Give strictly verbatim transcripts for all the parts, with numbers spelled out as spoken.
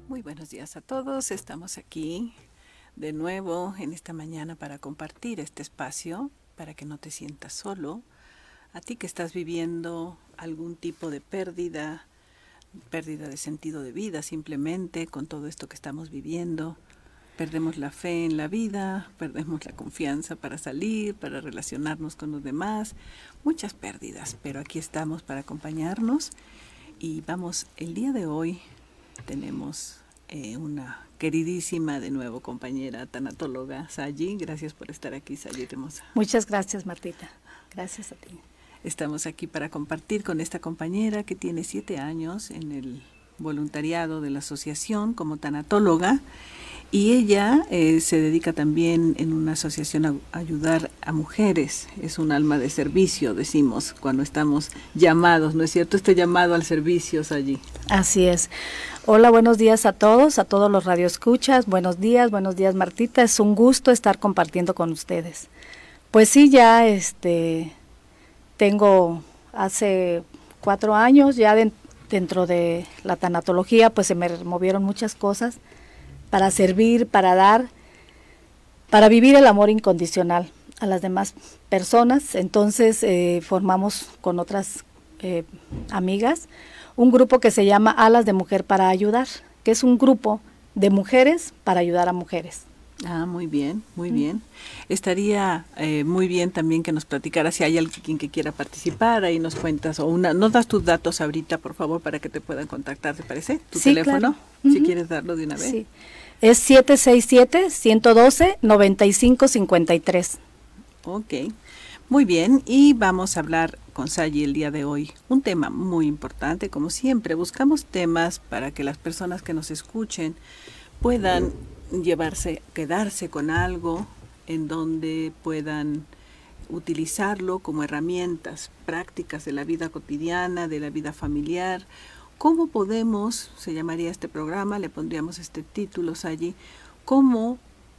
Muy buenos días a todos. Estamos aquí de nuevo en esta mañana para compartir este espacio, para que no te sientas solo. A ti que estás viviendo algún tipo de pérdida, pérdida de sentido de vida simplemente con todo esto que estamos viviendo. Perdemos la fe en la vida, perdemos la confianza para salir, para relacionarnos con los demás. Muchas pérdidas, pero aquí estamos para acompañarnos. Y vamos, el día de hoy tenemos eh, una queridísima de nuevo compañera tanatóloga, Sayi. Gracias por estar aquí, Sayi hermosa. Muchas gracias, Martita. Gracias a ti. Estamos aquí para compartir con esta compañera que tiene siete años en el voluntariado de la asociación como tanatóloga. Y ella eh, se dedica también en una asociación a ayudar a mujeres. Es un alma de servicio, decimos, cuando estamos llamados, ¿no es cierto? Este llamado al servicio allí. Así es. Hola, buenos días a todos, a todos los radioescuchas. Buenos días, buenos días, Martita. Es un gusto estar compartiendo con ustedes. Pues sí, ya este tengo hace cuatro años, ya de, dentro de la tanatología, pues se me movieron muchas cosas para servir, para dar, para vivir el amor incondicional a las demás personas. Entonces eh, formamos con otras eh, amigas un grupo que se llama Alas de Mujer para Ayudar, que es un grupo de mujeres para ayudar a mujeres. Ah, muy bien, muy bien. Estaría eh, muy bien también que nos platicara si hay alguien que quiera participar, ahí nos cuentas, o una, nos das tus datos ahorita, por favor, para que te puedan contactar, ¿te parece? ¿Tu sí, teléfono? Claro. Si Uh-huh. quieres darlo de una vez. Sí. Es siete seis siete, uno uno dos, nueve cinco cinco tres. Ok, muy bien, y vamos a hablar con Sayi el día de hoy. Un tema muy importante, como siempre, buscamos temas para que las personas que nos escuchen puedan llevarse, quedarse con algo en donde puedan utilizarlo como herramientas prácticas de la vida cotidiana, de la vida familiar. ¿Cómo podemos, se llamaría este programa, le pondríamos este título allí, cómo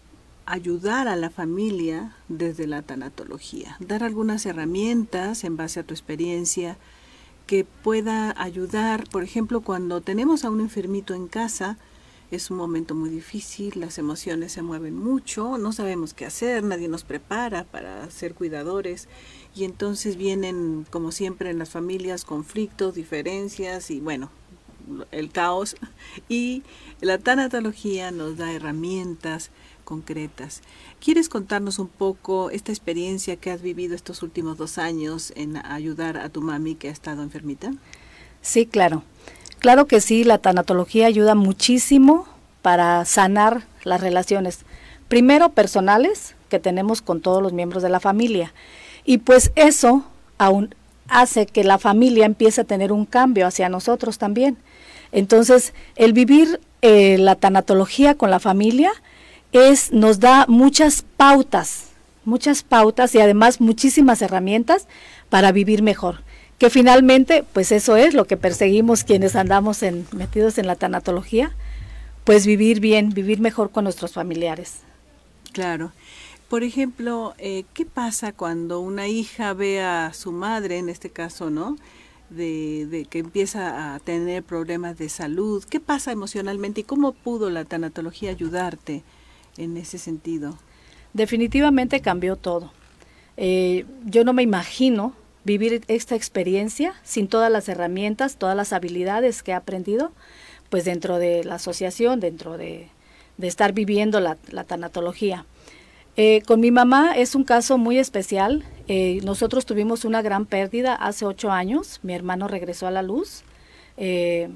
ayudar a la familia desde la tanatología? Dar algunas herramientas en base a tu experiencia que pueda ayudar, por ejemplo, cuando tenemos a un enfermito en casa. Es un momento muy difícil, las emociones se mueven mucho, no sabemos qué hacer, nadie nos prepara para ser cuidadores y entonces vienen, como siempre en las familias, conflictos, diferencias y bueno, el caos. Y la tanatología nos da herramientas concretas. ¿Quieres contarnos un poco esta experiencia que has vivido estos últimos dos años en ayudar a tu mami que ha estado enfermita? Sí, claro. Claro que sí, la tanatología ayuda muchísimo para sanar las relaciones, primero personales, que tenemos con todos los miembros de la familia, y pues eso aún hace que la familia empiece a tener un cambio hacia nosotros también. Entonces, el vivir eh, la tanatología con la familia es nos da muchas pautas, muchas pautas y además muchísimas herramientas para vivir mejor. Que finalmente, pues eso es lo que perseguimos quienes andamos en, metidos en la tanatología, pues vivir bien, vivir mejor con nuestros familiares. Claro. Por ejemplo, eh, ¿qué pasa cuando una hija ve a su madre, en este caso, ¿no?, de, de que empieza a tener problemas de salud? ¿Qué pasa emocionalmente y cómo pudo la tanatología ayudarte en ese sentido? Definitivamente cambió todo. Eh, yo no me imagino vivir esta experiencia sin todas las herramientas, todas las habilidades que he aprendido, pues dentro de la asociación, dentro de, de estar viviendo la, la tanatología. Eh, con mi mamá es un caso muy especial. Eh, nosotros tuvimos una gran pérdida hace ocho años. Mi hermano regresó a la luz eh,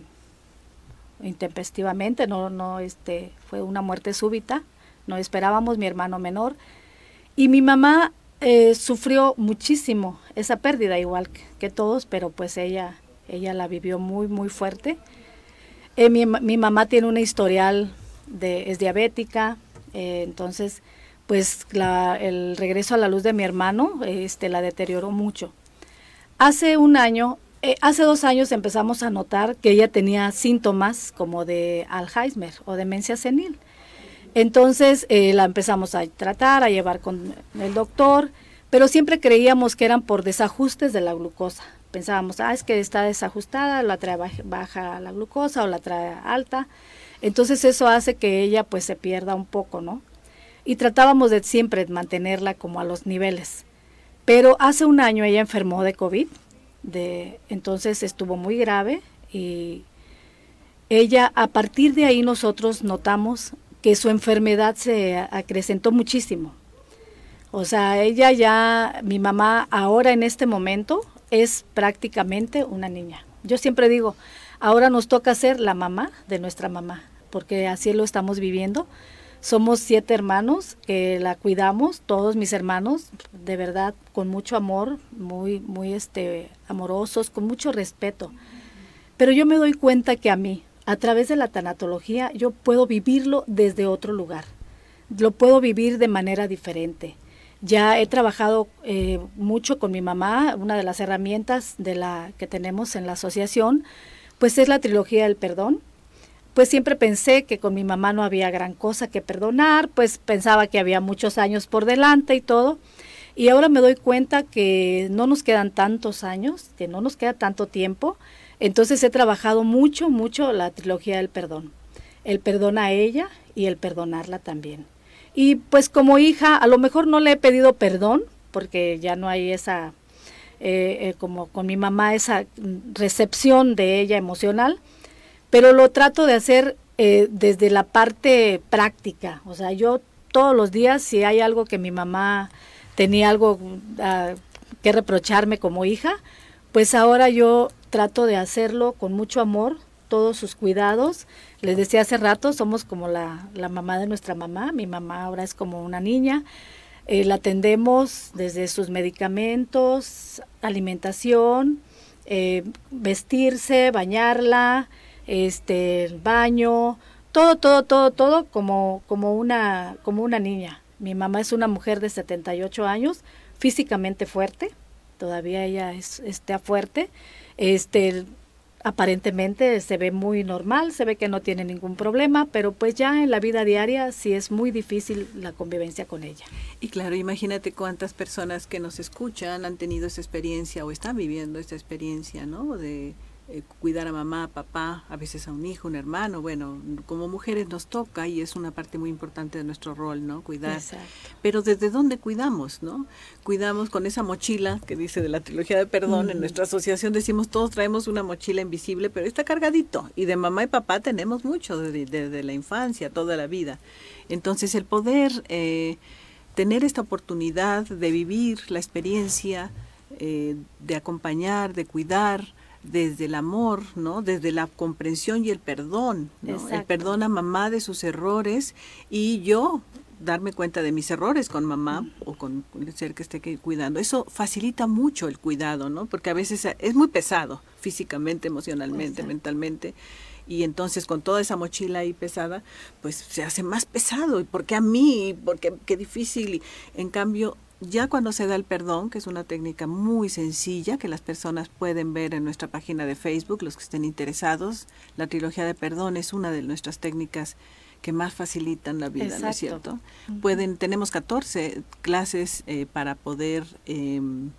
intempestivamente, no, no, este, fue una muerte súbita. No esperábamos, mi hermano menor. Y mi mamá Eh, sufrió muchísimo esa pérdida, igual que, que todos, pero pues ella, ella la vivió muy, muy fuerte. Eh, mi, mi mamá tiene una historial, de, es diabética, eh, entonces pues la, el regreso a la luz de mi hermano este, la deterioró mucho. Hace un año, eh, hace dos años empezamos a notar que ella tenía síntomas como de Alzheimer o demencia senil. Entonces eh, la empezamos a tratar, a llevar con el doctor, pero siempre creíamos que eran por desajustes de la glucosa. pensábamos, ah, es que está desajustada, la trae baja, baja la glucosa o la trae alta. Entonces eso hace que ella pues se pierda un poco, ¿no? Y tratábamos de siempre mantenerla como a los niveles. Pero hace un año ella enfermó de COVID, de, entonces estuvo muy grave y ella, a partir de ahí nosotros notamos que su enfermedad se acrecentó muchísimo. O sea, ella ya, mi mamá ahora en este momento es prácticamente una niña. Yo siempre digo, ahora nos toca ser la mamá de nuestra mamá, porque así lo estamos viviendo. Somos siete hermanos que la cuidamos, todos mis hermanos, de verdad, con mucho amor, muy, muy este, amorosos, con mucho respeto. Pero yo me doy cuenta que a mí, a través de la tanatología, yo puedo vivirlo desde otro lugar. Lo puedo vivir de manera diferente. Ya he trabajado eh, mucho con mi mamá, una de las herramientas de la que tenemos en la asociación, pues es la trilogía del perdón. Pues siempre pensé que con mi mamá no había gran cosa que perdonar, pues pensaba que había muchos años por delante y todo. Y ahora me doy cuenta que no nos quedan tantos años, que no nos queda tanto tiempo. Entonces he trabajado mucho, mucho la trilogía del perdón. El perdón a ella y el perdonarla también. Y pues como hija, a lo mejor no le he pedido perdón, porque ya no hay esa, eh, eh, como con mi mamá, esa recepción de ella emocional, pero lo trato de hacer eh, desde la parte práctica. O sea, yo todos los días, si hay algo que mi mamá tenía algo uh, que reprocharme como hija, pues ahora yo trato de hacerlo con mucho amor, todos sus cuidados. Les decía hace rato, somos como la, la mamá de nuestra mamá. Mi mamá ahora es como una niña. Eh, la atendemos desde sus medicamentos, alimentación, eh, vestirse, bañarla, este, el baño, todo, todo, todo, todo como, como una, como una niña. Mi mamá es una mujer de setenta y ocho años, físicamente fuerte, todavía ella es, está fuerte, este, aparentemente se ve muy normal, se ve que no tiene ningún problema, pero pues ya en la vida diaria sí es muy difícil la convivencia con ella. Y claro, imagínate cuántas personas que nos escuchan han tenido esa experiencia o están viviendo esta experiencia, ¿no? De Eh, cuidar a mamá, a papá, a veces a un hijo, un hermano. Bueno, como mujeres nos toca y es una parte muy importante de nuestro rol, ¿no? Cuidar. Exacto. Pero ¿desde dónde cuidamos, no? Cuidamos con esa mochila que dice de la trilogía de perdón. Mm. En nuestra asociación decimos todos traemos una mochila invisible, pero está cargadito. Y de mamá y papá tenemos mucho desde, desde la infancia, toda la vida. Entonces el poder eh, tener esta oportunidad de vivir la experiencia, eh, de acompañar, de cuidar, desde el amor, ¿no? Desde la comprensión y el perdón, ¿no? El perdón a mamá de sus errores y yo darme cuenta de mis errores con mamá mm. o con el ser que esté cuidando. Eso facilita mucho el cuidado, ¿no? Porque a veces es muy pesado físicamente, emocionalmente, Exacto. mentalmente. Y entonces con toda esa mochila ahí pesada, pues se hace más pesado. ¿Y por qué a mí? ¿Por qué, qué difícil? Y en cambio, ya cuando se da el perdón, que es una técnica muy sencilla, que las personas pueden ver en nuestra página de Facebook, los que estén interesados, la trilogía de perdón es una de nuestras técnicas que más facilitan la vida, Exacto. ¿no es cierto? Uh-huh. Pueden, tenemos catorce clases eh, para poder eh,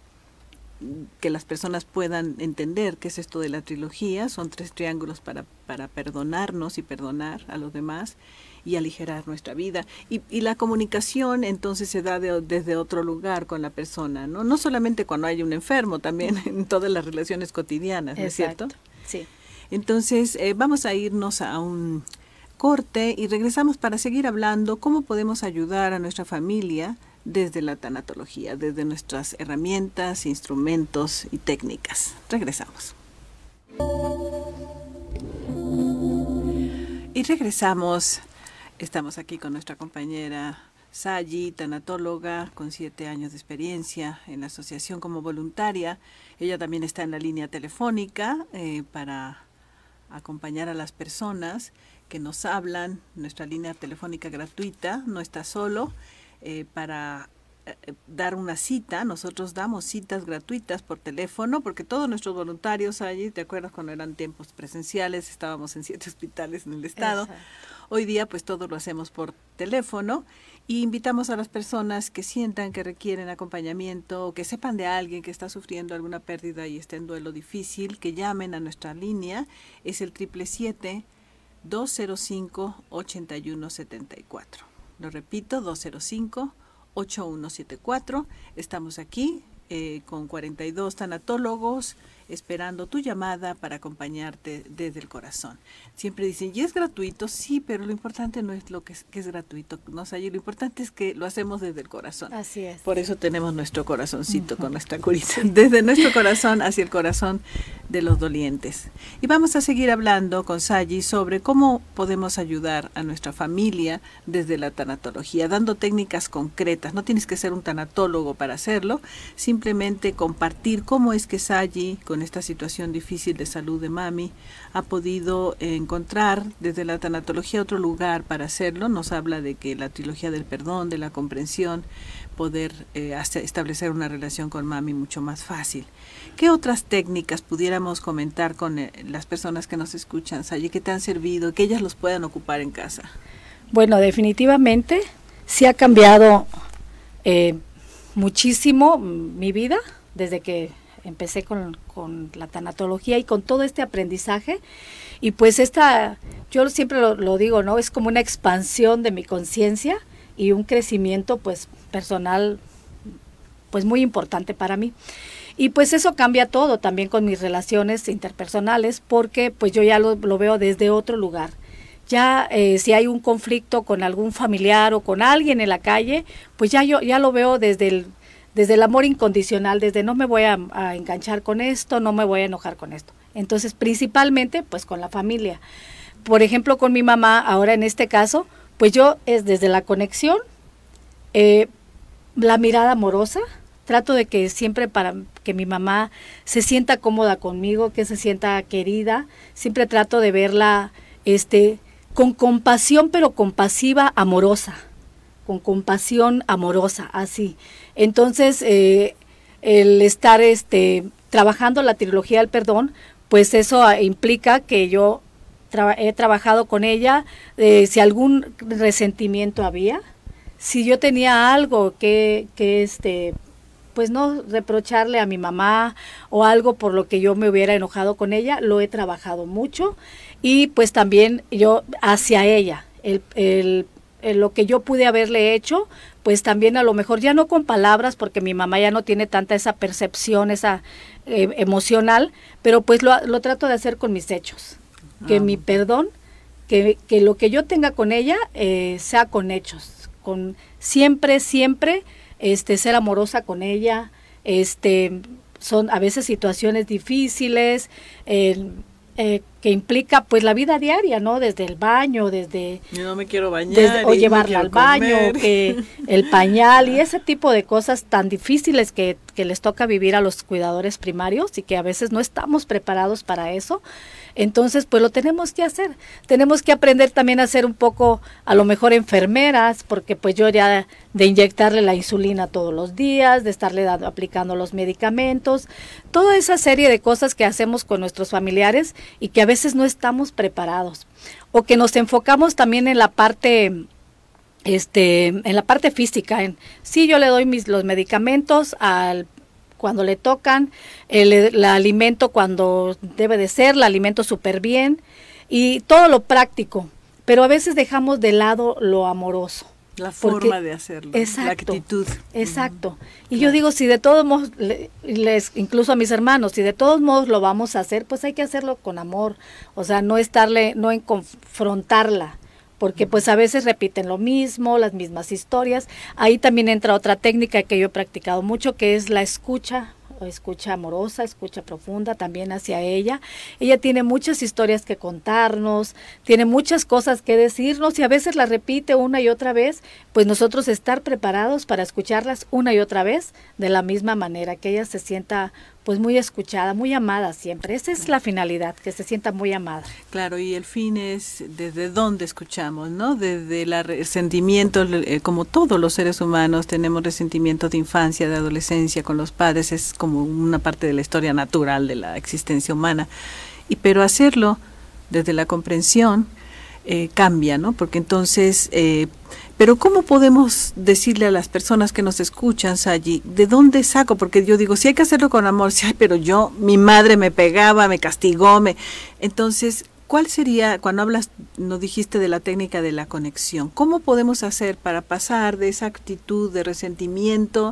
que las personas puedan entender qué es esto de la trilogía. Son tres triángulos para, para perdonarnos y perdonar a los demás y aligerar nuestra vida. Y, y la comunicación entonces se da de, desde otro lugar con la persona, ¿no? No solamente cuando hay un enfermo, también en todas las relaciones cotidianas, ¿no Exacto. es cierto? Sí. Entonces, eh, vamos a irnos a un corte y regresamos para seguir hablando cómo podemos ayudar a nuestra familia desde la tanatología, desde nuestras herramientas, instrumentos y técnicas. Regresamos. Y regresamos. Estamos aquí con nuestra compañera Sayi, tanatóloga con siete años de experiencia en la asociación como voluntaria. Ella también está en la línea telefónica eh, para acompañar a las personas que nos hablan. Nuestra línea telefónica gratuita, no está solo, eh, para eh, dar una cita. Nosotros damos citas gratuitas por teléfono, porque todos nuestros voluntarios allí, ¿te acuerdas cuando eran tiempos presenciales? Estábamos en siete hospitales en el estado. Exacto. Hoy día pues todo lo hacemos por teléfono y invitamos a las personas que sientan que requieren acompañamiento o que sepan de alguien que está sufriendo alguna pérdida y está en duelo difícil, que llamen a nuestra línea. Es el siete siete siete, dos cero cinco, ocho uno siete cuatro. Lo repito, dos cero cinco, ocho uno siete cuatro. Estamos aquí eh, con cuarenta y dos tanatólogos esperando tu llamada para acompañarte desde el corazón. Siempre dicen, ¿y es gratuito? Sí, pero lo importante no es lo que es, que es gratuito, no sé, lo importante es que lo hacemos desde el corazón. Así es. Por eso tenemos nuestro corazoncito uh-huh. con nuestra curita, desde nuestro corazón hacia el corazón de los dolientes. Y vamos a seguir hablando con Sayi sobre cómo podemos ayudar a nuestra familia desde la tanatología, dando técnicas concretas. No tienes que ser un tanatólogo para hacerlo, simplemente compartir cómo es que Sayi, con esta situación difícil de salud de mami, ha podido eh, encontrar desde la tanatología otro lugar para hacerlo. Nos habla de que la trilogía del perdón, de la comprensión, poder eh, hacer, establecer una relación con mami mucho más fácil. ¿Qué otras técnicas pudiéramos comentar con eh, las personas que nos escuchan, Sayi, que te han servido, que ellas los puedan ocupar en casa? Bueno, definitivamente sí ha cambiado eh, muchísimo mi vida desde que empecé con, con la tanatología y con todo este aprendizaje, y pues esta, yo siempre lo, lo digo, ¿no? Es como una expansión de mi conciencia y un crecimiento pues personal pues muy importante para mí. Y pues eso cambia todo también con mis relaciones interpersonales, porque pues yo ya lo, lo veo desde otro lugar. Ya eh, si hay un conflicto con algún familiar o con alguien en la calle, pues ya yo ya lo veo desde el desde el amor incondicional, desde no me voy a, a enganchar con esto, no me voy a enojar con esto. Entonces, principalmente, pues con la familia. Por ejemplo, con mi mamá, ahora en este caso, pues yo es desde la conexión, eh, la mirada amorosa, trato de que siempre para que mi mamá se sienta cómoda conmigo, que se sienta querida, siempre trato de verla este, con compasión, pero compasiva, amorosa, con compasión amorosa, así. Entonces, eh, el estar este, trabajando la trilogía del perdón, pues eso implica que yo tra- he trabajado con ella, eh, si algún resentimiento había, si yo tenía algo que, que este, pues no reprocharle a mi mamá o algo por lo que yo me hubiera enojado con ella, lo he trabajado mucho, y pues también yo hacia ella, el, el lo que yo pude haberle hecho, pues también a lo mejor ya no con palabras, porque mi mamá ya no tiene tanta esa percepción, esa eh, emocional, pero pues lo, lo trato de hacer con mis hechos, que ah. mi perdón, que, que lo que yo tenga con ella eh, sea con hechos, con siempre, siempre este, ser amorosa con ella, este, son a veces situaciones difíciles, eh, Eh, que implica pues la vida diaria, ¿no? Desde el baño, desde... Yo no me quiero bañar. Desde, o llevarla al baño, que el pañal y ese tipo de cosas tan difíciles que, que les toca vivir a los cuidadores primarios y que a veces no estamos preparados para eso. Entonces, pues lo tenemos que hacer. Tenemos que aprender también a ser un poco, a lo mejor enfermeras, porque pues yo ya de inyectarle la insulina todos los días, de estarle dando, aplicando los medicamentos, toda esa serie de cosas que hacemos con nuestros familiares y que a veces no estamos preparados. O que nos enfocamos también en la parte, este, en la parte física. En, sí, yo le doy mis, los medicamentos al cuando le tocan, el, la alimento cuando debe de ser, la alimento súper bien y todo lo práctico, pero a veces dejamos de lado lo amoroso. La forma porque, de hacerlo, exacto, la actitud. Exacto. Uh-huh. Y claro. Yo digo, si de todos modos, les, incluso a mis hermanos, si de todos modos lo vamos a hacer, pues hay que hacerlo con amor, o sea, no estarle, no en confrontarla, porque pues a veces repiten lo mismo, las mismas historias. Ahí también entra otra técnica que yo he practicado mucho, que es la escucha, o escucha amorosa, escucha profunda también hacia ella. Ella tiene muchas historias que contarnos, tiene muchas cosas que decirnos y a veces las repite una y otra vez, pues nosotros estar preparados para escucharlas una y otra vez de la misma manera, que ella se sienta pues muy escuchada, muy amada siempre. Esa es la finalidad, que se sienta muy amada. Claro, y el fin es desde dónde escuchamos, ¿no? Desde el resentimiento, eh, como todos los seres humanos tenemos resentimiento de infancia, de adolescencia con los padres, es como una parte de la historia natural de la existencia humana. Y pero hacerlo desde la comprensión eh, cambia, ¿no? Porque entonces, eh, pero ¿cómo podemos decirle a las personas que nos escuchan allí, de dónde saco? Porque yo digo, sí hay que hacerlo con amor, sí, ay, pero yo, mi madre me pegaba, me castigó, me... Entonces, ¿cuál sería, cuando hablas, nos dijiste de la técnica de la conexión, cómo podemos hacer para pasar de esa actitud de resentimiento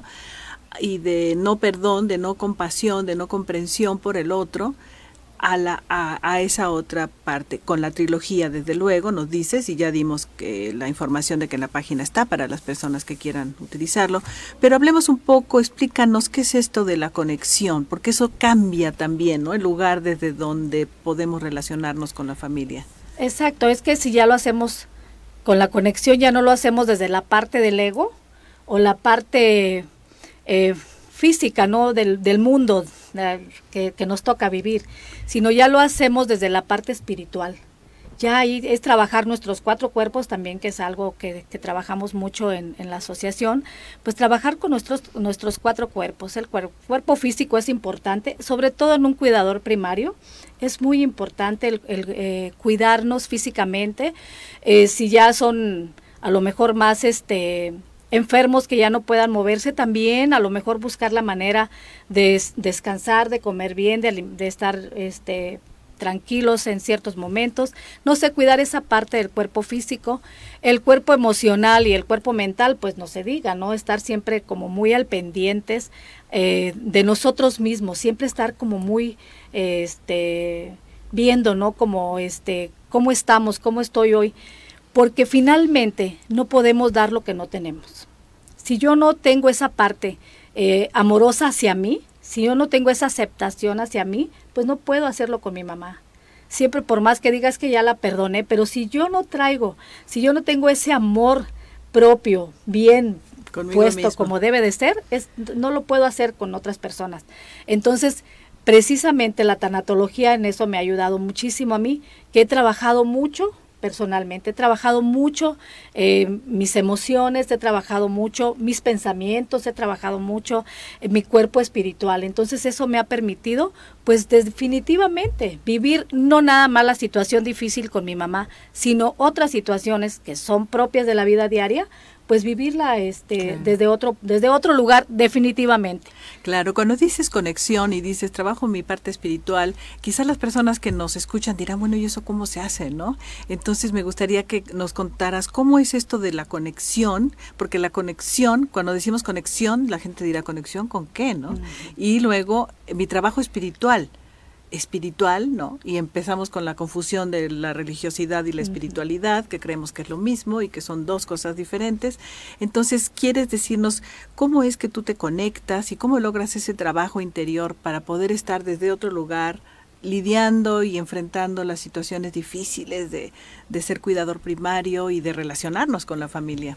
y de no perdón, de no compasión, de no comprensión por el otro, A, la, a, a esa otra parte? Con la trilogía, desde luego, nos dices, y ya dimos que la información de que en la página está para las personas que quieran utilizarlo, pero hablemos un poco, explícanos qué es esto de la conexión, porque eso cambia también, ¿no? El lugar desde donde podemos relacionarnos con la familia. Exacto, es que si ya lo hacemos con la conexión, ya no lo hacemos desde la parte del ego o la parte eh, física, ¿no? Del, del mundo que, que nos toca vivir, sino ya lo hacemos desde la parte espiritual. Ya ahí es trabajar nuestros cuatro cuerpos también, que es algo que, que trabajamos mucho en, en la asociación, pues trabajar con nuestros, nuestros cuatro cuerpos. El cuer, cuerpo físico es importante, sobre todo en un cuidador primario, es muy importante el, el eh, cuidarnos físicamente, eh, si ya son a lo mejor más este... enfermos que ya no puedan moverse, también a lo mejor buscar la manera de descansar, de comer bien, de, de estar este, tranquilos en ciertos momentos, no sé, cuidar esa parte del cuerpo físico. El cuerpo emocional y el cuerpo mental, pues no se diga, ¿no? Estar siempre como muy al pendientes eh, de nosotros mismos, siempre estar como muy eh, este, viendo, ¿no? Como este, cómo estamos, cómo estoy hoy. Porque finalmente no podemos dar lo que no tenemos. Si yo no tengo esa parte eh, amorosa hacia mí, si yo no tengo esa aceptación hacia mí, pues no puedo hacerlo con mi mamá. Siempre, por más que digas que ya la perdoné, pero si yo no traigo, si yo no tengo ese amor propio, bien Conmigo puesto mismo, como debe de ser, es, no lo puedo hacer con otras personas. Entonces, precisamente la tanatología en eso me ha ayudado muchísimo a mí, que he trabajado mucho personalmente, he trabajado mucho eh, mis emociones, he trabajado mucho mis pensamientos, he trabajado mucho eh, mi cuerpo espiritual. Entonces eso me ha permitido, pues definitivamente, vivir no nada más la situación difícil con mi mamá, sino otras situaciones que son propias de la vida diaria, pues vivirla este claro. desde otro desde otro lugar definitivamente. Claro, cuando dices conexión y dices trabajo en mi parte espiritual, quizás las personas que nos escuchan dirán, bueno, ¿y eso cómo se hace, no? Entonces me gustaría que nos contaras cómo es esto de la conexión, porque la conexión, cuando decimos conexión, la gente dirá, ¿conexión con qué, no? Uh-huh. Y luego, mi trabajo espiritual, espiritual, ¿no? Y empezamos con la confusión de la religiosidad y la espiritualidad, que creemos que es lo mismo y que son dos cosas diferentes. Entonces, ¿quieres decirnos cómo es que tú te conectas y cómo logras ese trabajo interior para poder estar desde otro lugar, lidiando y enfrentando las situaciones difíciles de, de ser cuidador primario y de relacionarnos con la familia?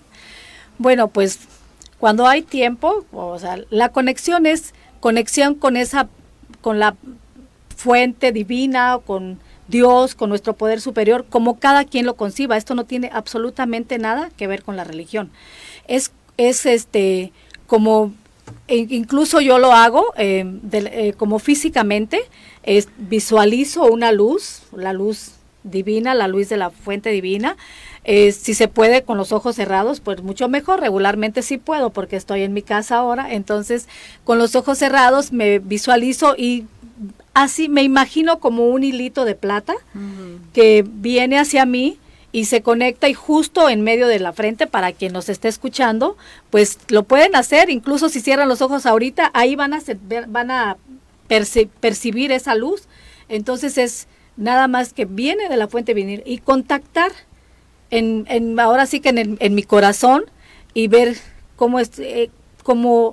Bueno, pues cuando hay tiempo, o sea, la conexión es conexión con esa, con la fuente divina, con Dios, con nuestro poder superior, como cada quien lo conciba. Esto no tiene absolutamente nada que ver con la religión. Es, es este, como, incluso yo lo hago, eh, de, eh, como físicamente, es, visualizo una luz, la luz divina, la luz de la fuente divina. Eh, si se puede con los ojos cerrados, pues mucho mejor. Regularmente sí puedo porque estoy en mi casa ahora. Entonces, con los ojos cerrados me visualizo y así me imagino como un hilito de plata uh-huh. que viene hacia mí y se conecta, y justo en medio de la frente, para quien nos esté escuchando, pues lo pueden hacer, incluso si cierran los ojos ahorita, ahí van a, van a perci- percibir esa luz. Entonces es nada más que viene de la fuente venir y contactar en, en ahora sí que en, el, en mi corazón, y ver cómo es, eh, cómo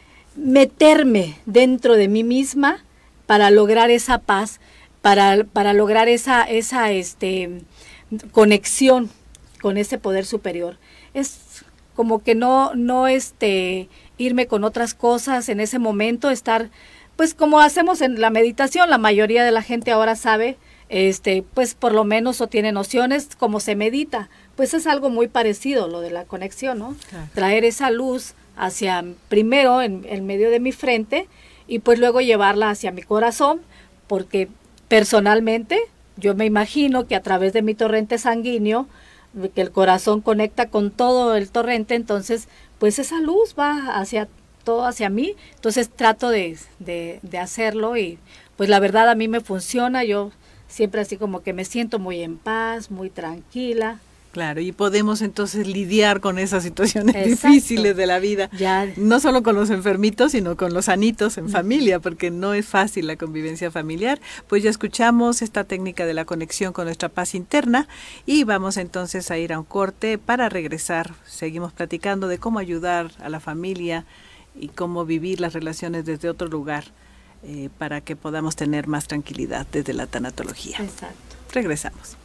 meterme dentro de mí misma para lograr esa paz, para, para lograr esa, esa este, conexión con ese poder superior. Es como que no, no este, irme con otras cosas en ese momento, estar pues como hacemos en la meditación, la mayoría de la gente ahora sabe, este, pues por lo menos o tiene nociones cómo se medita. Pues es algo muy parecido lo de la conexión, ¿no? Claro. Traer esa luz hacia, primero en, en medio de mi frente y pues luego llevarla hacia mi corazón, porque personalmente yo me imagino que a través de mi torrente sanguíneo, que el corazón conecta con todo el torrente, entonces pues esa luz va hacia todo hacia mí, entonces trato de, de, de hacerlo y pues la verdad a mí me funciona, yo siempre así como que me siento muy en paz, muy tranquila. Claro, y podemos entonces lidiar con esas situaciones Exacto. difíciles de la vida, ya. No solo con los enfermitos, sino con los sanitos en familia, porque no es fácil la convivencia familiar. Pues ya escuchamos esta técnica de la conexión con nuestra paz interna y vamos entonces a ir a un corte para regresar. Seguimos platicando de cómo ayudar a la familia y cómo vivir las relaciones desde otro lugar eh, para que podamos tener más tranquilidad desde la tanatología. Exacto. Regresamos.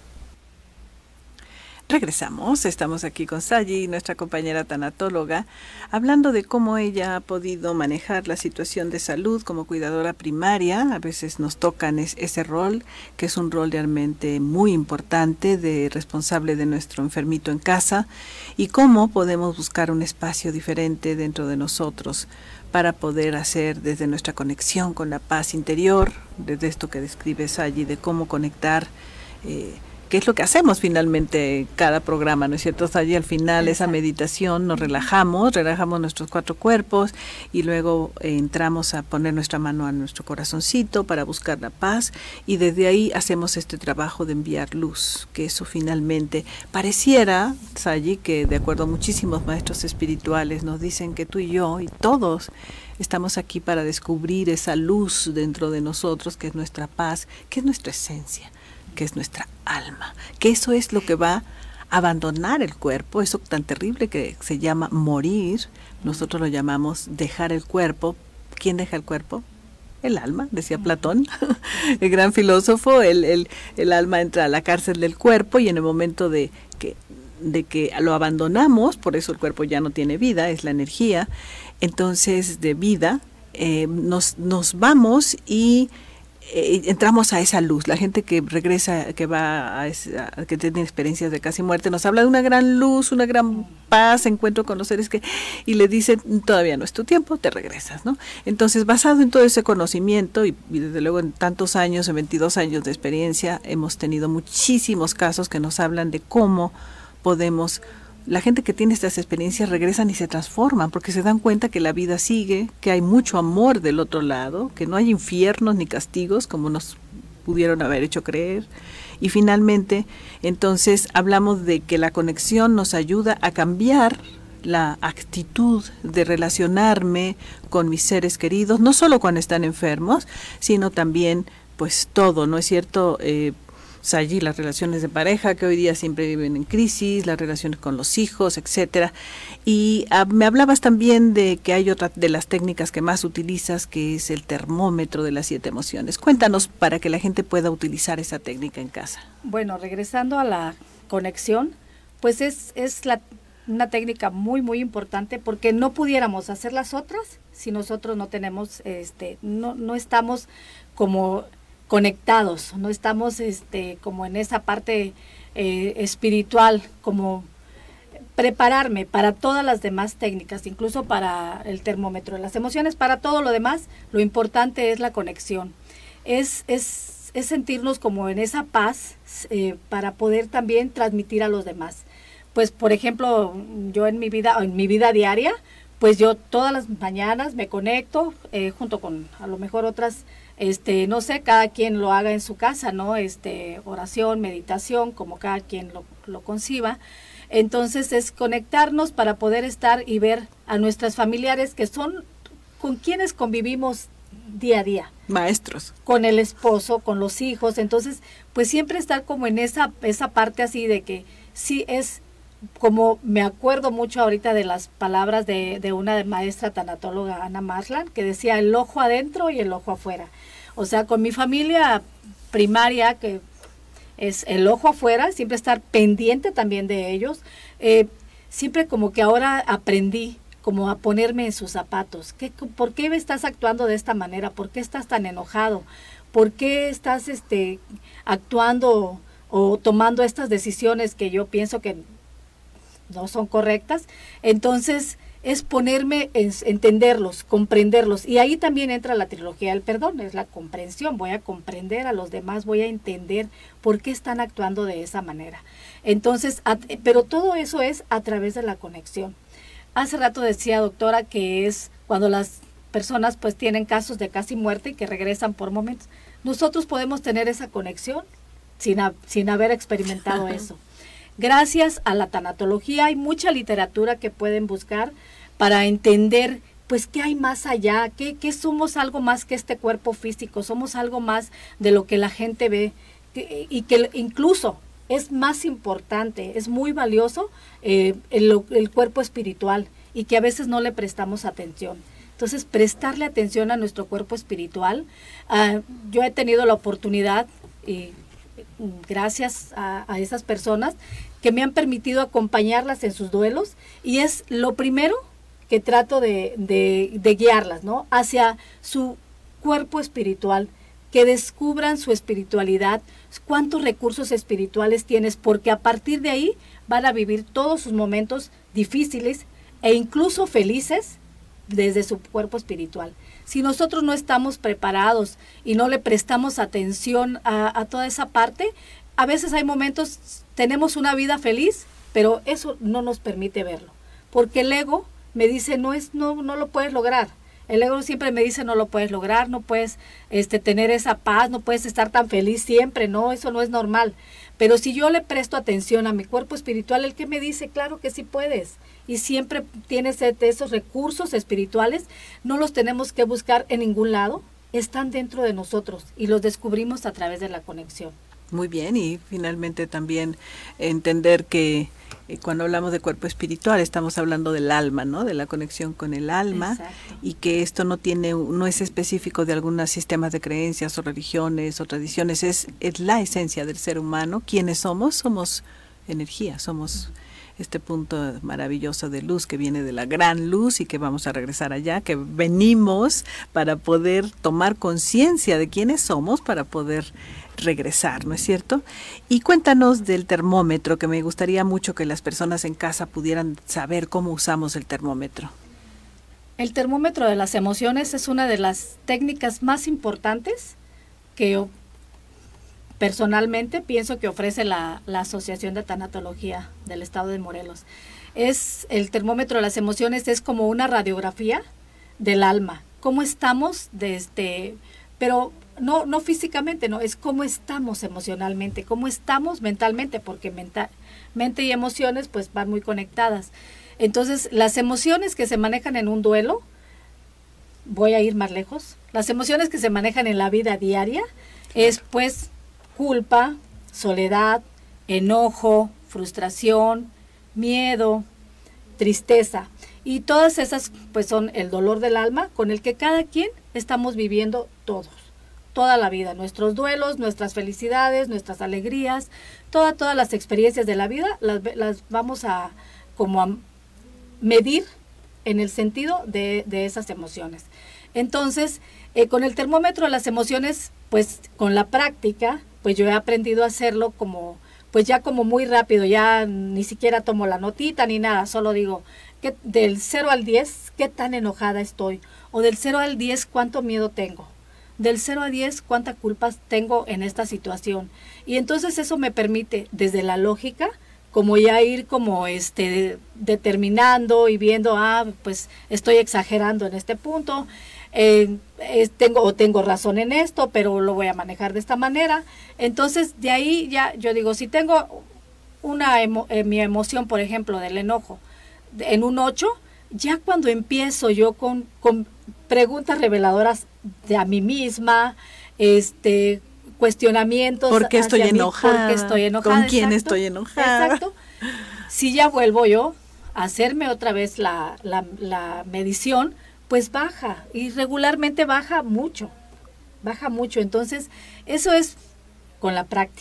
Regresamos, estamos aquí con Sayi, nuestra compañera tanatóloga, hablando de cómo ella ha podido manejar la situación de salud como cuidadora primaria. A veces nos tocan es, ese rol, que es un rol realmente muy importante de responsable de nuestro enfermito en casa, y cómo podemos buscar un espacio diferente dentro de nosotros para poder hacer desde nuestra conexión con la paz interior, desde esto que describe Sayi, de cómo conectar eh, ¿qué es lo que hacemos finalmente cada programa, no es cierto? Allí al final esa meditación nos relajamos, relajamos nuestros cuatro cuerpos y luego eh, entramos a poner nuestra mano a nuestro corazoncito para buscar la paz y desde ahí hacemos este trabajo de enviar luz, que eso finalmente pareciera, Sayi, que de acuerdo a muchísimos maestros espirituales nos dicen que tú y yo y todos estamos aquí para descubrir esa luz dentro de nosotros, que es nuestra paz, que es nuestra esencia, que es nuestra alma, que eso es lo que va a abandonar el cuerpo, eso tan terrible que se llama morir, nosotros lo llamamos dejar el cuerpo. ¿Quién deja el cuerpo? El alma, decía Platón, el gran filósofo. El, el, el alma entra a la cárcel del cuerpo y en el momento de que, de que lo abandonamos, por eso el cuerpo ya no tiene vida, es la energía, entonces de vida eh, nos, nos vamos y Eh, entramos a esa luz. La gente que regresa, que va a, esa, que tiene experiencias de casi muerte, nos habla de una gran luz, una gran paz, encuentro con los seres que, y le dicen, todavía no es tu tiempo, te regresas, ¿no? Entonces, basado en todo ese conocimiento, y, y desde luego en tantos años, en veintidós años de experiencia, hemos tenido muchísimos casos que nos hablan de cómo podemos. La gente que tiene estas experiencias regresan y se transforman porque se dan cuenta que la vida sigue, que hay mucho amor del otro lado, que no hay infiernos ni castigos como nos pudieron haber hecho creer. Y finalmente, entonces hablamos de que la conexión nos ayuda a cambiar la actitud de relacionarme con mis seres queridos, no solo cuando están enfermos, sino también pues todo, ¿no es cierto?, eh, allí las relaciones de pareja que hoy día siempre viven en crisis, las relaciones con los hijos, etcétera. Y uh, me hablabas también de que hay otra de las técnicas que más utilizas, que es el termómetro de las siete emociones. Cuéntanos para que la gente pueda utilizar esa técnica en casa. Bueno, regresando a la conexión, pues es, es la, una técnica muy, muy importante porque no pudiéramos hacer las otras si nosotros no tenemos, este, no, no estamos como conectados, no estamos este como en esa parte eh, espiritual, como prepararme para todas las demás técnicas, incluso para el termómetro de las emociones, para todo lo demás, lo importante es la conexión, es, es, es sentirnos como en esa paz eh, para poder también transmitir a los demás. Pues por ejemplo, yo en mi vida, en mi vida diaria, pues yo todas las mañanas me conecto eh, junto con a lo mejor otras Este, no sé, cada quien lo haga en su casa, ¿no? Este, oración, meditación, como cada quien lo, lo conciba. Entonces es conectarnos para poder estar y ver a nuestras familiares que son con quienes convivimos día a día. Maestros. Con el esposo, con los hijos. Entonces, pues siempre estar como en esa, esa parte así de que sí es, como me acuerdo mucho ahorita de las palabras de, de una maestra tanatóloga, Ana Marsland, que decía el ojo adentro y el ojo afuera. O sea, con mi familia primaria, que es el ojo afuera, siempre estar pendiente también de ellos. Eh, siempre como que ahora aprendí como a ponerme en sus zapatos. ¿Qué, ¿Por qué estás actuando de esta manera? ¿Por qué estás tan enojado? ¿Por qué estás este, actuando o tomando estas decisiones que yo pienso que no son correctas? Entonces, es ponerme, es entenderlos, comprenderlos. Y ahí también entra la trilogía del perdón, es la comprensión. Voy a comprender a los demás, voy a entender por qué están actuando de esa manera. Entonces, a, pero todo eso es a través de la conexión. Hace rato decía, doctora, que es cuando las personas pues tienen casos de casi muerte y que regresan por momentos. Nosotros podemos tener esa conexión sin, a, sin haber experimentado eso. Gracias a la tanatología hay mucha literatura que pueden buscar para entender pues qué hay más allá, qué, qué somos algo más que este cuerpo físico, somos algo más de lo que la gente ve que, y que incluso es más importante, es muy valioso eh, el, el cuerpo espiritual y que a veces no le prestamos atención. Entonces, prestarle atención a nuestro cuerpo espiritual. Uh, yo he tenido la oportunidad, y gracias a, a esas personas, que me han permitido acompañarlas en sus duelos, y es lo primero que trato de, de, de guiarlas, ¿no? Hacia su cuerpo espiritual, que descubran su espiritualidad, cuántos recursos espirituales tienes, porque a partir de ahí van a vivir todos sus momentos difíciles e incluso felices desde su cuerpo espiritual. Si nosotros no estamos preparados y no le prestamos atención a, a toda esa parte, a veces hay momentos, tenemos una vida feliz, pero eso no nos permite verlo, porque el ego me dice, no, es, no, no lo puedes lograr. El ego siempre me dice, no lo puedes lograr, no puedes este, tener esa paz, no puedes estar tan feliz siempre, no, eso no es normal. Pero si yo le presto atención a mi cuerpo espiritual, el que me dice, claro que sí puedes. Y siempre tienes esos recursos espirituales, no los tenemos que buscar en ningún lado, están dentro de nosotros y los descubrimos a través de la conexión. Muy bien, y finalmente también entender que eh, cuando hablamos de cuerpo espiritual estamos hablando del alma, ¿no? De la conexión con el alma. Exacto. Y que esto no tiene, no es específico de algunos sistemas de creencias o religiones o tradiciones, es, es la esencia del ser humano. ¿Quiénes somos? Somos energía, somos este punto maravilloso de luz que viene de la gran luz y que vamos a regresar allá, que venimos para poder tomar conciencia de quiénes somos, para poder regresar, ¿no es cierto? Y cuéntanos del termómetro, que me gustaría mucho que las personas en casa pudieran saber cómo usamos el termómetro. El termómetro de las emociones es una de las técnicas más importantes que yo personalmente pienso que ofrece la, la Asociación de Tanatología del Estado de Morelos. Es el termómetro de las emociones, es como una radiografía del alma. ¿Cómo estamos? Desde, pero no, no físicamente, no, es cómo estamos emocionalmente, cómo estamos mentalmente, porque mental, mente y emociones pues van muy conectadas. Entonces, las emociones que se manejan en un duelo, voy a ir más lejos, las emociones que se manejan en la vida diaria es pues culpa, soledad, enojo, frustración, miedo, tristeza. Y todas esas pues son el dolor del alma con el que cada quien estamos viviendo todos, toda la vida. Nuestros duelos, nuestras felicidades, nuestras alegrías, toda, todas las experiencias de la vida las, las vamos a como a medir en el sentido de, de esas emociones. Entonces, eh, con el termómetro de las emociones, pues con la práctica, pues yo he aprendido a hacerlo como, pues ya como muy rápido, ya ni siquiera tomo la notita ni nada, solo digo, que del cero al diez, ¿qué tan enojada estoy? O del cero al diez, ¿cuánto miedo tengo? Del cero a diez, ¿cuántas culpas tengo en esta situación? Y entonces eso me permite, desde la lógica, como ya ir como este determinando y viendo, ah, pues estoy exagerando en este punto, eh, eh, tengo o tengo razón en esto, pero lo voy a manejar de esta manera. Entonces, de ahí ya yo digo, si tengo una emo, eh, mi emoción, por ejemplo, del enojo, de, en un ocho, ya cuando empiezo yo con, con preguntas reveladoras de a mí misma, este cuestionamientos. ¿Por qué estoy enojada? ¿Por qué estoy enojada? ¿Con quién Exacto, estoy enojada? Exacto. Si ya vuelvo yo a hacerme otra vez la, la, la medición, pues baja, y regularmente baja mucho, baja mucho. Entonces, eso es con la práctica.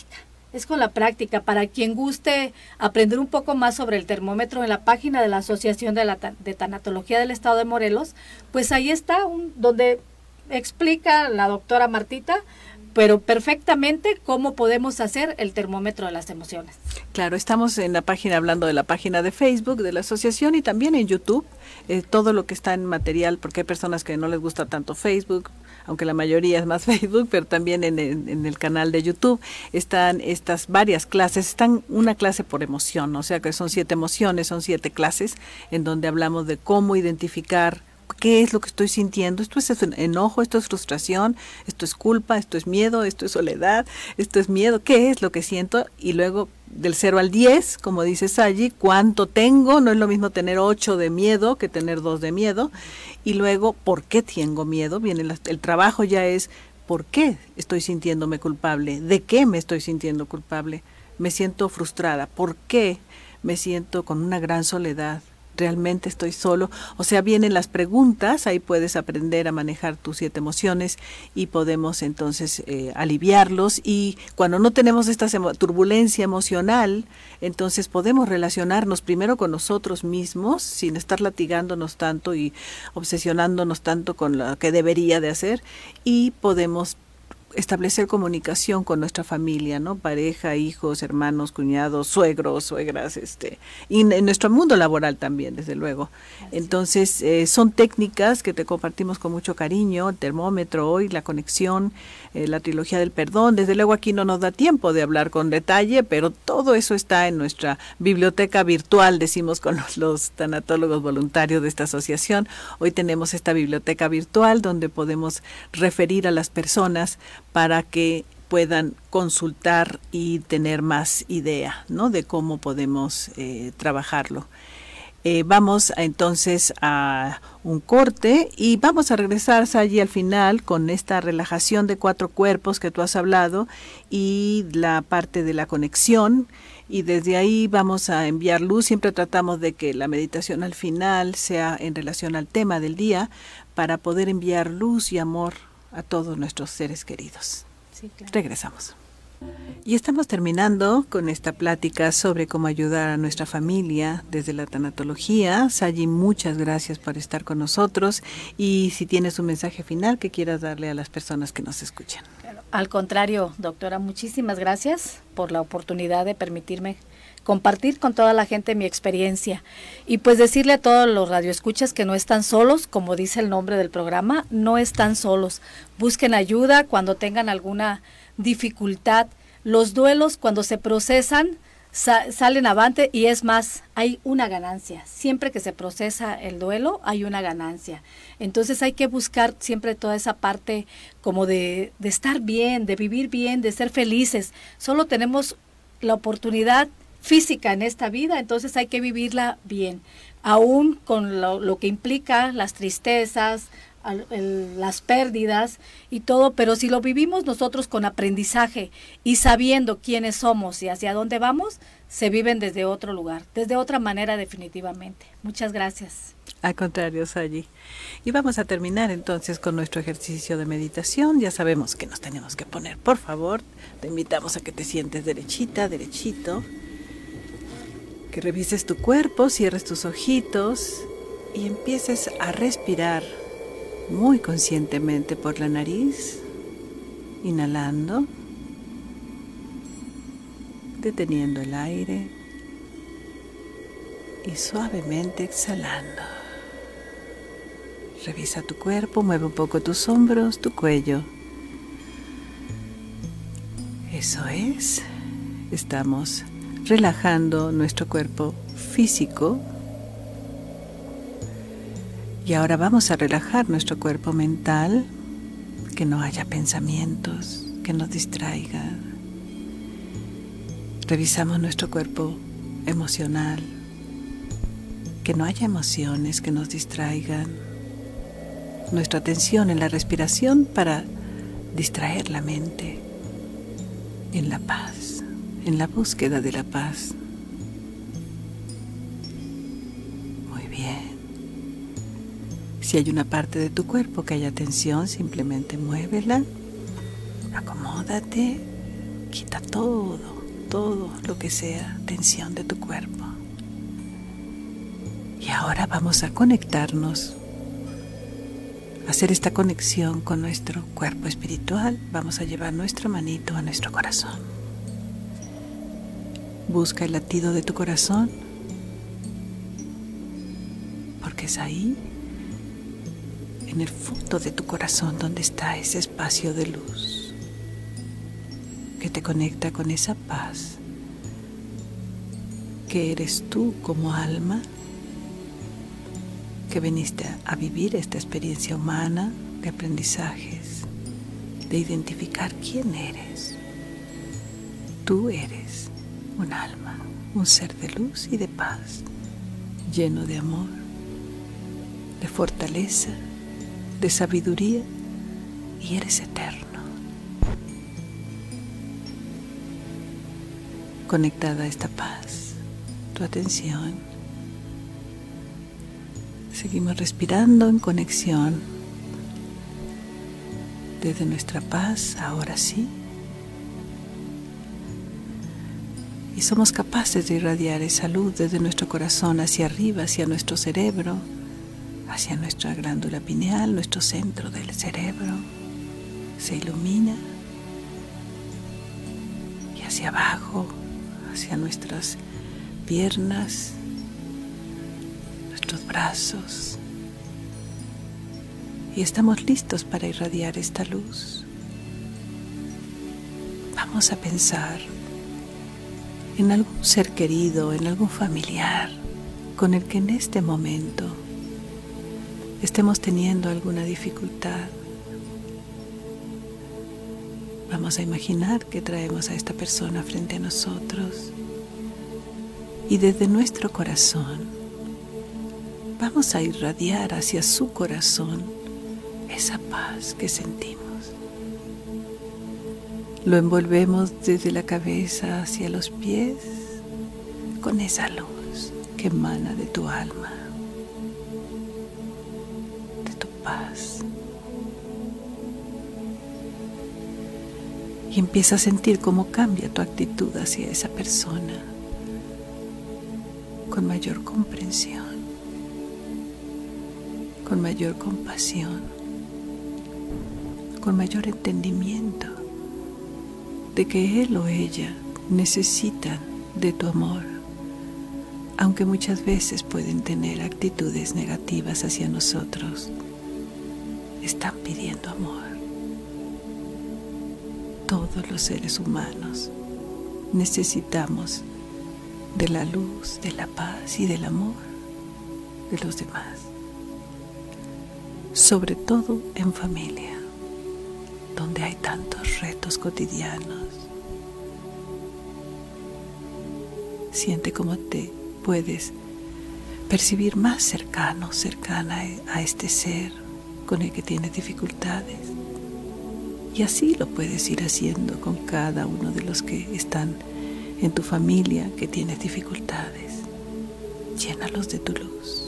Es con la práctica. Para quien guste aprender un poco más sobre el termómetro, en la página de la Asociación de, la, de Tanatología del Estado de Morelos, pues ahí está, un, donde explica la doctora Martita, pero perfectamente cómo podemos hacer el termómetro de las emociones. Claro, estamos en la página, hablando de la página de Facebook de la asociación y también en YouTube, eh, todo lo que está en material, porque hay personas que no les gusta tanto Facebook, aunque la mayoría es más Facebook, pero también en, en, en el canal de YouTube están estas varias clases, están una clase por emoción, o sea que son siete emociones, son siete clases en donde hablamos de cómo identificar qué es lo que estoy sintiendo. Esto es enojo, esto es frustración, esto es culpa, esto es miedo, esto es soledad, esto es miedo, qué es lo que siento, y luego del cero al diez, como dice Sayi, cuánto tengo. No es lo mismo tener ocho de miedo que tener dos de miedo, y luego por qué tengo miedo. Viene la, el trabajo ya es por qué estoy sintiéndome culpable, de qué me estoy sintiendo culpable, me siento frustrada, por qué me siento con una gran soledad, realmente estoy solo. O sea, vienen las preguntas, ahí puedes aprender a manejar tus siete emociones y podemos entonces eh, aliviarlos, y cuando no tenemos esta emo- turbulencia emocional, entonces podemos relacionarnos primero con nosotros mismos sin estar latigándonos tanto y obsesionándonos tanto con lo que debería de hacer, y podemos establecer comunicación con nuestra familia, ¿no? Pareja, hijos, hermanos, cuñados, suegros, suegras, este, y en nuestro mundo laboral también, desde luego. Entonces, eh, son técnicas que te compartimos con mucho cariño, el termómetro hoy, la conexión, eh, la trilogía del perdón. Desde luego aquí no nos da tiempo de hablar con detalle, pero todo eso está en nuestra biblioteca virtual, decimos con los, los tanatólogos voluntarios de esta asociación. Hoy tenemos esta biblioteca virtual donde podemos referir a las personas para que puedan consultar y tener más idea, ¿no?, de cómo podemos eh, trabajarlo. Eh, vamos a, entonces a un corte y vamos a regresar allí al final con esta relajación de cuatro cuerpos que tú has hablado y la parte de la conexión, y desde ahí vamos a enviar luz. Siempre tratamos de que la meditación al final sea en relación al tema del día para poder enviar luz y amor a todos nuestros seres queridos. Sí, claro. Regresamos. Y estamos terminando con esta plática sobre cómo ayudar a nuestra familia desde la tanatología. Sayi, muchas gracias por estar con nosotros, y si tienes un mensaje final que quieras darle a las personas que nos escuchan. Al contrario, doctora, muchísimas gracias por la oportunidad de permitirme compartir con toda la gente mi experiencia, y pues decirle a todos los radioescuchas que no están solos, como dice el nombre del programa, no están solos. Busquen ayuda cuando tengan alguna dificultad. Los duelos, cuando se procesan, sa- salen avante, y es más, hay una ganancia. Siempre que se procesa el duelo, hay una ganancia. Entonces hay que buscar siempre toda esa parte como de, de estar bien, de vivir bien, de ser felices. Solo tenemos la oportunidad física en esta vida, entonces hay que vivirla bien, aún con lo, lo que implica las tristezas, al, el, las pérdidas y todo, pero si lo vivimos nosotros con aprendizaje y sabiendo quiénes somos y hacia dónde vamos, se viven desde otro lugar, desde otra manera definitivamente. Muchas gracias. Al contrario, Sayi. Y vamos a terminar entonces con nuestro ejercicio de meditación. Ya sabemos que nos tenemos que poner, por favor, te invitamos a que te sientes derechita, derechito, que revises tu cuerpo, cierres tus ojitos y empieces a respirar muy conscientemente por la nariz, inhalando, deteniendo el aire y suavemente exhalando. Revisa tu cuerpo, mueve un poco tus hombros, tu cuello. Eso es, estamos relajando nuestro cuerpo físico, y ahora vamos a relajar nuestro cuerpo mental, que no haya pensamientos que nos distraigan. Revisamos nuestro cuerpo emocional, que no haya emociones que nos distraigan. Nuestra atención en la respiración para distraer la mente en la paz, en la búsqueda de la paz. Muy bien. Si hay una parte de tu cuerpo que haya tensión, simplemente muévela, acomódate, quita todo. todo lo que sea tensión de tu cuerpo. Y ahora vamos a conectarnos, a hacer esta conexión con nuestro cuerpo espiritual. Vamos a llevar nuestra manito a nuestro corazón. Busca el latido de tu corazón, porque es ahí, en el fondo de tu corazón, donde está ese espacio de luz que te conecta con esa paz que eres tú como alma, que viniste a vivir esta experiencia humana de aprendizajes, de identificar quién eres. Tú eres un alma, un ser de luz y de paz, lleno de amor, de fortaleza, de sabiduría, y eres eterno. Conectada a esta paz, tu atención. Seguimos respirando en conexión desde nuestra paz, ahora sí. Y somos capaces de irradiar esa luz desde nuestro corazón hacia arriba, hacia nuestro cerebro, hacia nuestra glándula pineal, nuestro centro del cerebro. Se ilumina. Y hacia abajo, hacia nuestras piernas, nuestros brazos. Y estamos listos para irradiar esta luz. Vamos a pensar en algún ser querido, en algún familiar con el que en este momento estemos teniendo alguna dificultad. Vamos a imaginar que traemos a esta persona frente a nosotros y desde nuestro corazón vamos a irradiar hacia su corazón esa paz que sentimos. Lo envolvemos desde la cabeza hacia los pies con esa luz que emana de tu alma, de tu paz. Y empieza a sentir cómo cambia tu actitud hacia esa persona, con mayor comprensión, con mayor compasión, con mayor entendimiento de que él o ella necesitan de tu amor, aunque muchas veces pueden tener actitudes negativas hacia nosotros. Están pidiendo amor. Todos los seres humanos necesitamos de la luz, de la paz y del amor de los demás, sobre todo en familia, donde hay tantos retos cotidianos. Siente cómo te puedes percibir más cercano, cercana a este ser con el que tienes dificultades. Y así lo puedes ir haciendo con cada uno de los que están en tu familia que tienes dificultades. Llénalos de tu luz.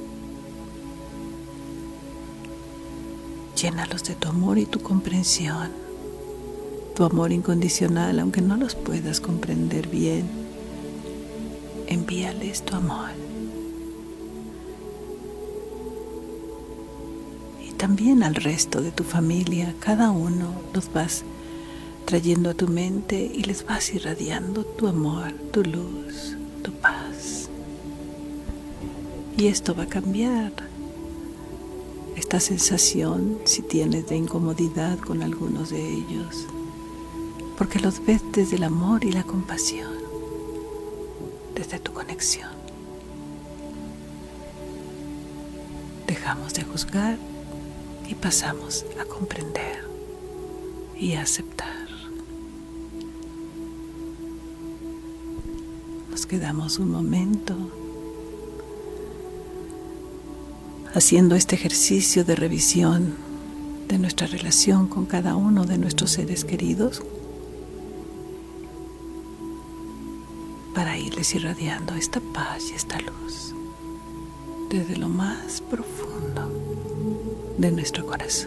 Llénalos de tu amor y tu comprensión. Tu amor incondicional, aunque no los puedas comprender bien. Envíales tu amor. También al resto de tu familia, cada uno los vas trayendo a tu mente y les vas irradiando tu amor, tu luz, tu paz. Y esto va a cambiar esta sensación, si tienes de incomodidad con algunos de ellos, porque los ves desde el amor y la compasión, desde tu conexión. Dejamos de juzgar y pasamos a comprender y a aceptar. Nos quedamos un momento haciendo este ejercicio de revisión de nuestra relación con cada uno de nuestros seres queridos para irles irradiando esta paz y esta luz desde lo más profundo de nuestro corazón.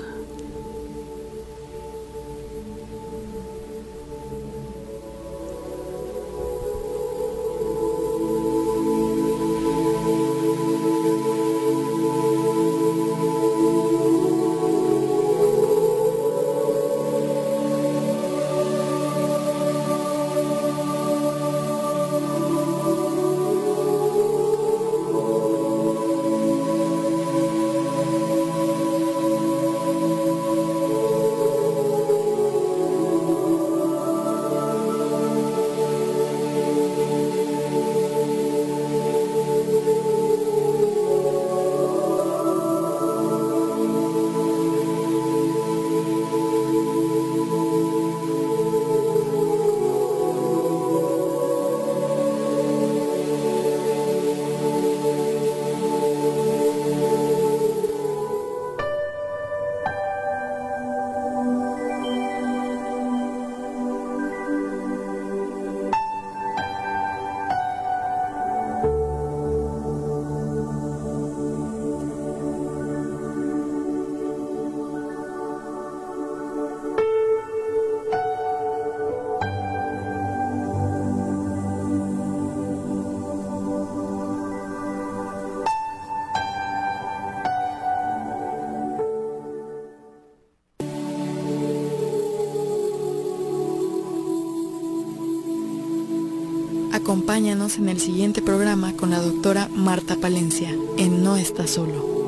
Acompáñanos en el siguiente programa con la doctora Marta Palencia, en No Estás Solo.